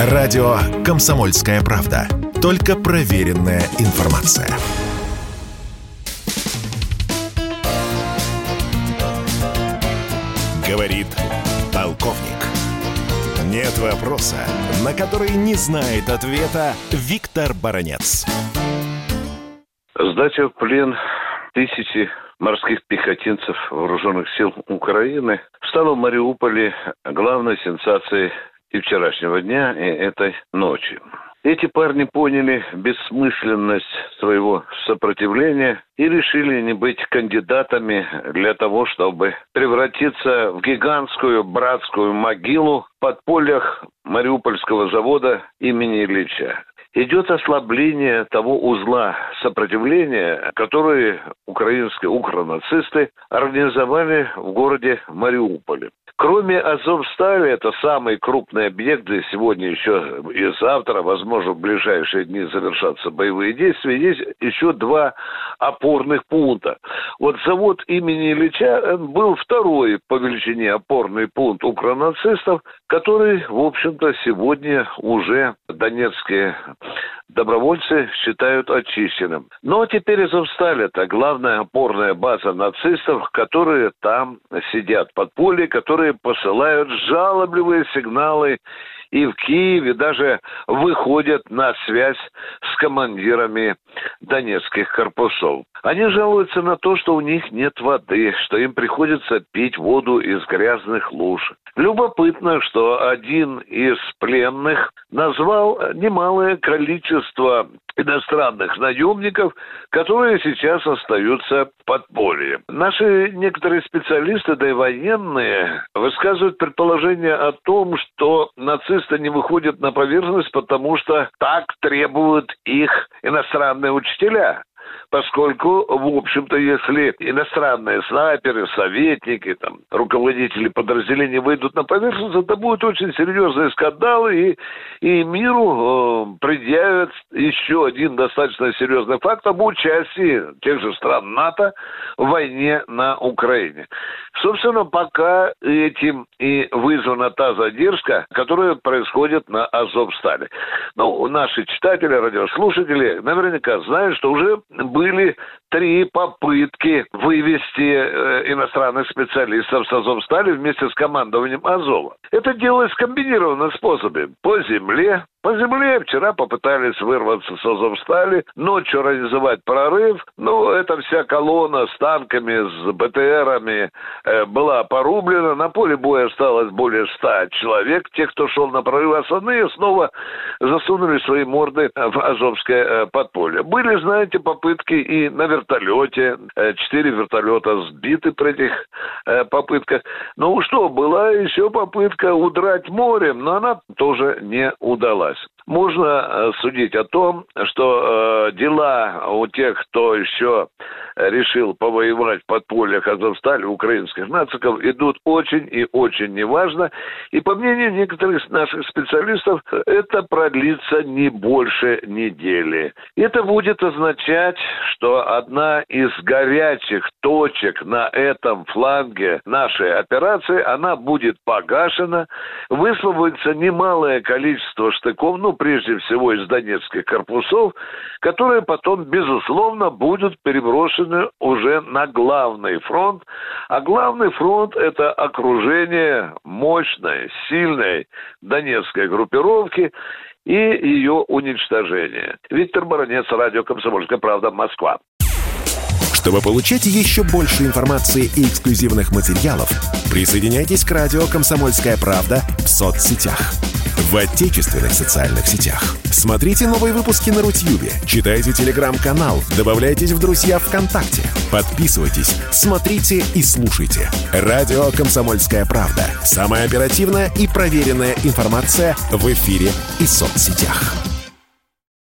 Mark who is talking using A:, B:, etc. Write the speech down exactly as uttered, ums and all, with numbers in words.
A: Радио «Комсомольская правда». Только проверенная информация. Говорит полковник. Нет вопроса, на который не знает ответа Виктор Баранец.
B: Сдача в плен тысячи морских пехотинцев вооруженных сил Украины стала в Мариуполе главной сенсацией и вчерашнего дня, и этой ночи. Эти парни поняли бессмысленность своего сопротивления и решили не быть кандидатами для того, чтобы превратиться в гигантскую братскую могилу в подпольях Мариупольского завода имени Ильича. Идет ослабление того узла сопротивления, который украинские укронацисты организовали в городе Мариуполе. Кроме Азовстали, это самый крупный объект, где сегодня еще и завтра, возможно, в ближайшие дни завершатся боевые действия, есть еще два опорных пункта. Вот завод имени Ильича был второй по величине опорный пункт укронацистов, который, в общем-то, сегодня уже донецкие добровольцы считают очищенным. Но теперь Азовсталь — это главная опорная база нацистов, которые там сидят в подполье, которые посылают жалобливые сигналы и в Киеве даже выходят на связь с командирами донецких корпусов. Они жалуются на то, что у них нет воды, что им приходится пить воду из грязных луж. Любопытно, что один из пленных назвал немалое количество иностранных наемников, которые сейчас остаются в подполье. Наши некоторые специалисты, да и военные, высказывают предположение о том, что нацисты не выходят на поверхность, потому что так требуют их иностранные учителя. Поскольку, в общем-то, если иностранные снайперы, советники, там, руководители подразделений выйдут на поверхность, это будут очень серьезные скандалы, и, и миру э, предъявят еще один достаточно серьезный факт об участии тех же стран НАТО в войне на Украине. Собственно, пока этим и вызвана та задержка, которая происходит на Азовстале. Ну, наши читатели, радиослушатели наверняка знают, что уже были три попытки вывести э, иностранных специалистов с Азовстали вместе с командованием Азова. Это делалось комбинированным способом. По земле. По земле вчера попытались вырваться с Азовстали, ночью организовать прорыв. Ну, эта вся колонна с танками, с БТРами э, была порублена. На поле боя осталось более ста человек. Те, кто шел на прорыв, остальные снова засунули свои морды в азовское э, подполье. Были, знаете, попытки и на вертолете. Э, четыре вертолета сбиты при этих э, попытках. Ну что, была еще попытка удрать морем, но она тоже не удалась. Можно э, судить о том, что э, дела у тех, кто еще решил повоевать в подпольях Азовстали, украинских нациков, идут очень и очень неважно. И по мнению некоторых наших специалистов, это продлится не больше недели. Это будет означать, что одна из горячих точек на этом фланге нашей операции, она будет погашена, высвободится немалое количество штыков, ну, прежде всего из донецких корпусов, которые потом, безусловно, будут переброшены уже на главный фронт. А главный фронт — это окружение мощной, сильной донецкой группировки и ее уничтожение. Виктор Баранец, радио «Комсомольская правда», Москва.
A: Чтобы получать еще больше информации и эксклюзивных материалов, присоединяйтесь к радио «Комсомольская правда» в соцсетях. В отечественных социальных сетях. Смотрите новые выпуски на Рутьюбе, читайте телеграм-канал, добавляйтесь в друзья ВКонтакте, подписывайтесь, смотрите и слушайте. Радио «Комсомольская правда». Самая оперативная и проверенная информация в эфире и соцсетях.